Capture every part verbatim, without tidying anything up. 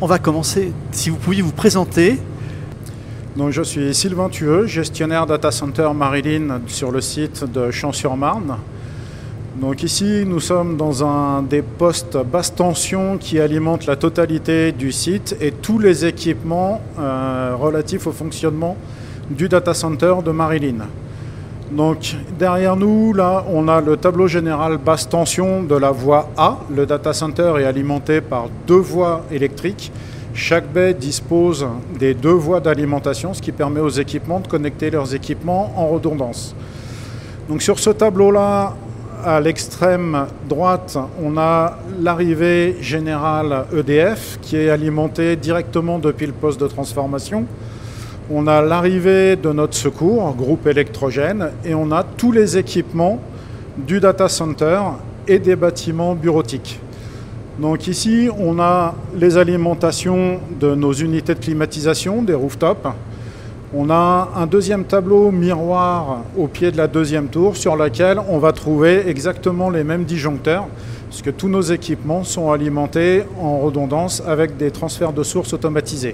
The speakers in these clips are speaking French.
on va commencer, si vous pouviez vous présenter. Donc, je suis Sylvain Thueux, gestionnaire data center Marilyn sur le site de Champs-sur-Marne. Donc ici, nous sommes dans un des postes basse tension qui alimentent la totalité du site et tous les équipements euh, relatifs au fonctionnement du data center de Marilyn. Donc derrière nous, là, on a le tableau général basse tension de la voie A. Le data center est alimenté par deux voies électriques. Chaque baie dispose des deux voies d'alimentation, ce qui permet aux équipements de connecter leurs équipements en redondance. Donc sur ce tableau-là, à l'extrême droite, on a l'arrivée générale E D F qui est alimentée directement depuis le poste de transformation. On a l'arrivée de notre secours, groupe électrogène, et on a tous les équipements du data center et des bâtiments bureautiques. Donc ici, on a les alimentations de nos unités de climatisation, des rooftops. On a un deuxième tableau miroir au pied de la deuxième tour sur laquelle on va trouver exactement les mêmes disjoncteurs, puisque tous nos équipements sont alimentés en redondance avec des transferts de sources automatisés.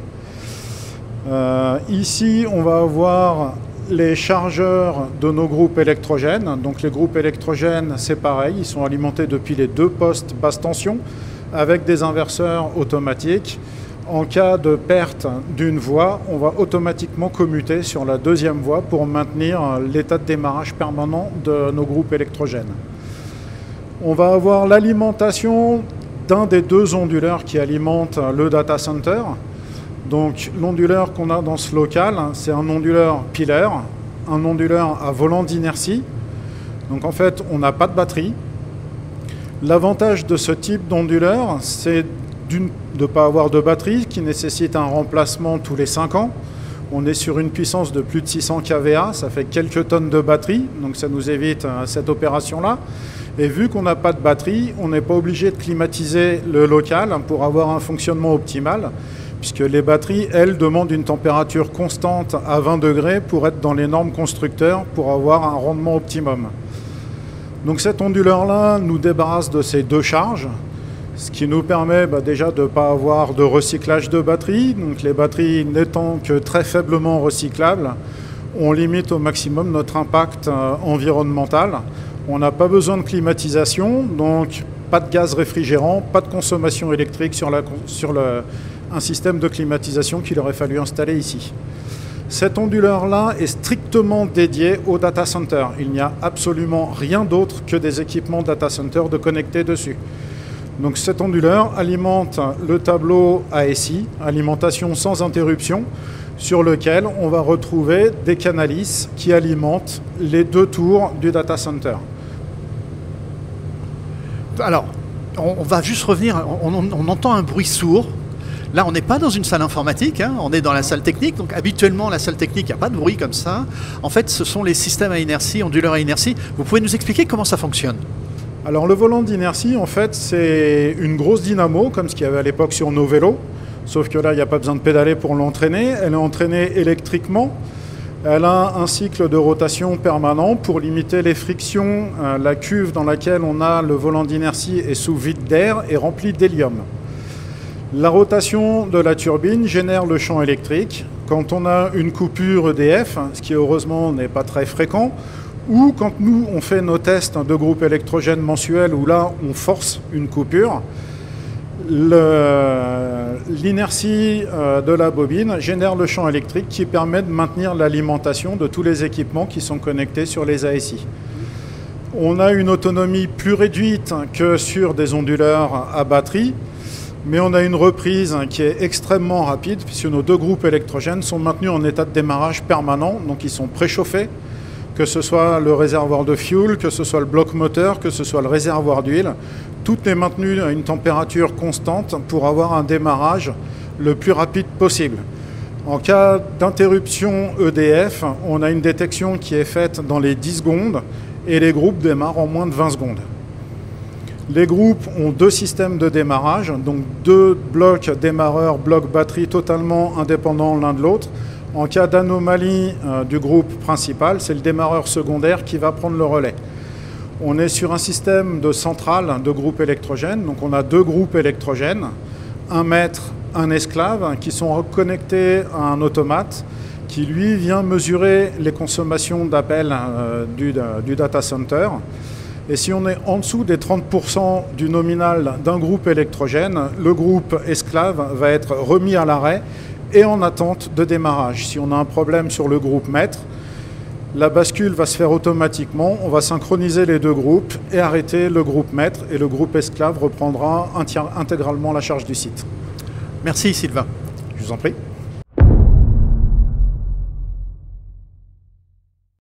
Euh, ici, on va avoir les chargeurs de nos groupes électrogènes. Donc les groupes électrogènes, c'est pareil, ils sont alimentés depuis les deux postes basse tension avec des inverseurs automatiques. En cas de perte d'une voie, on va automatiquement commuter sur la deuxième voie pour maintenir l'état de démarrage permanent de nos groupes électrogènes. On va avoir l'alimentation d'un des deux onduleurs qui alimentent le data center. Donc l'onduleur qu'on a dans ce local, c'est un onduleur pilaire, un onduleur à volant d'inertie. Donc en fait, on n'a pas de batterie. L'avantage de ce type d'onduleur, c'est de ne pas avoir de batterie qui nécessite un remplacement tous les cinq ans. On est sur une puissance de plus de six cents kilowatts, ça fait quelques tonnes de batterie, donc ça nous évite cette opération-là. Et vu qu'on n'a pas de batterie, on n'est pas obligé de climatiser le local pour avoir un fonctionnement optimal, puisque les batteries, elles, demandent une température constante à vingt degrés pour être dans les normes constructeurs pour avoir un rendement optimum. Donc cet onduleur-là nous débarrasse de ces deux charges, ce qui nous permet bah, déjà de ne pas avoir de recyclage de batteries. Donc les batteries n'étant que très faiblement recyclables, on limite au maximum notre impact euh, environnemental. On n'a pas besoin de climatisation, donc pas de gaz réfrigérant, pas de consommation électrique sur, la, sur le, un système de climatisation qu'il aurait fallu installer ici. Cet onduleur-là est strictement dédié au data center. Il n'y a absolument rien d'autre que des équipements data center de connecter dessus. Donc cet onduleur alimente le tableau A S I, alimentation sans interruption, sur lequel on va retrouver des Canalys qui alimentent les deux tours du data center. Alors, on, on va juste revenir, on, on, on entend un bruit sourd. Là, on n'est pas dans une salle informatique, hein, on est dans la salle technique. Donc habituellement, la salle technique, il n'y a pas de bruit comme ça. En fait, ce sont les systèmes à inertie, onduleurs à inertie. Vous pouvez nous expliquer comment ça fonctionne ? Alors le volant d'inertie, en fait, c'est une grosse dynamo, comme ce qu'il y avait à l'époque sur nos vélos, sauf que là, il n'y a pas besoin de pédaler pour l'entraîner. Elle est entraînée électriquement. Elle a un cycle de rotation permanent pour limiter les frictions. Euh, la cuve dans laquelle on a le volant d'inertie est sous vide d'air et remplie d'hélium. La rotation de la turbine génère le champ électrique. Quand on a une coupure E D F, ce qui heureusement n'est pas très fréquent, ou quand nous, on fait nos tests de groupe électrogène mensuel où là, on force une coupure, l'inertie de la bobine génère le champ électrique qui permet de maintenir l'alimentation de tous les équipements qui sont connectés sur les A S I. On a une autonomie plus réduite que sur des onduleurs à batterie, mais on a une reprise qui est extrêmement rapide puisque nos deux groupes électrogènes sont maintenus en état de démarrage permanent, donc ils sont préchauffés, que ce soit le réservoir de fuel, que ce soit le bloc moteur, que ce soit le réservoir d'huile. Tout est maintenu à une température constante pour avoir un démarrage le plus rapide possible. En cas d'interruption E D F, on a une détection qui est faite dans les dix secondes et les groupes démarrent en moins de vingt secondes. Les groupes ont deux systèmes de démarrage, donc deux blocs démarreurs, blocs batterie totalement indépendants l'un de l'autre. En cas d'anomalie euh, du groupe principal, c'est le démarreur secondaire qui va prendre le relais. On est sur un système de centrale de groupe électrogène, donc on a deux groupes électrogènes, un mètre, un esclave qui sont connectés à un automate qui, lui, vient mesurer les consommations d'appel euh, du, du data center. Et si on est en dessous des trente pour cent du nominal d'un groupe électrogène, le groupe esclave va être remis à l'arrêt et en attente de démarrage. Si on a un problème sur le groupe maître, la bascule va se faire automatiquement, on va synchroniser les deux groupes et arrêter le groupe maître, et le groupe esclave reprendra intégralement la charge du site. Merci Sylvain. Je vous en prie.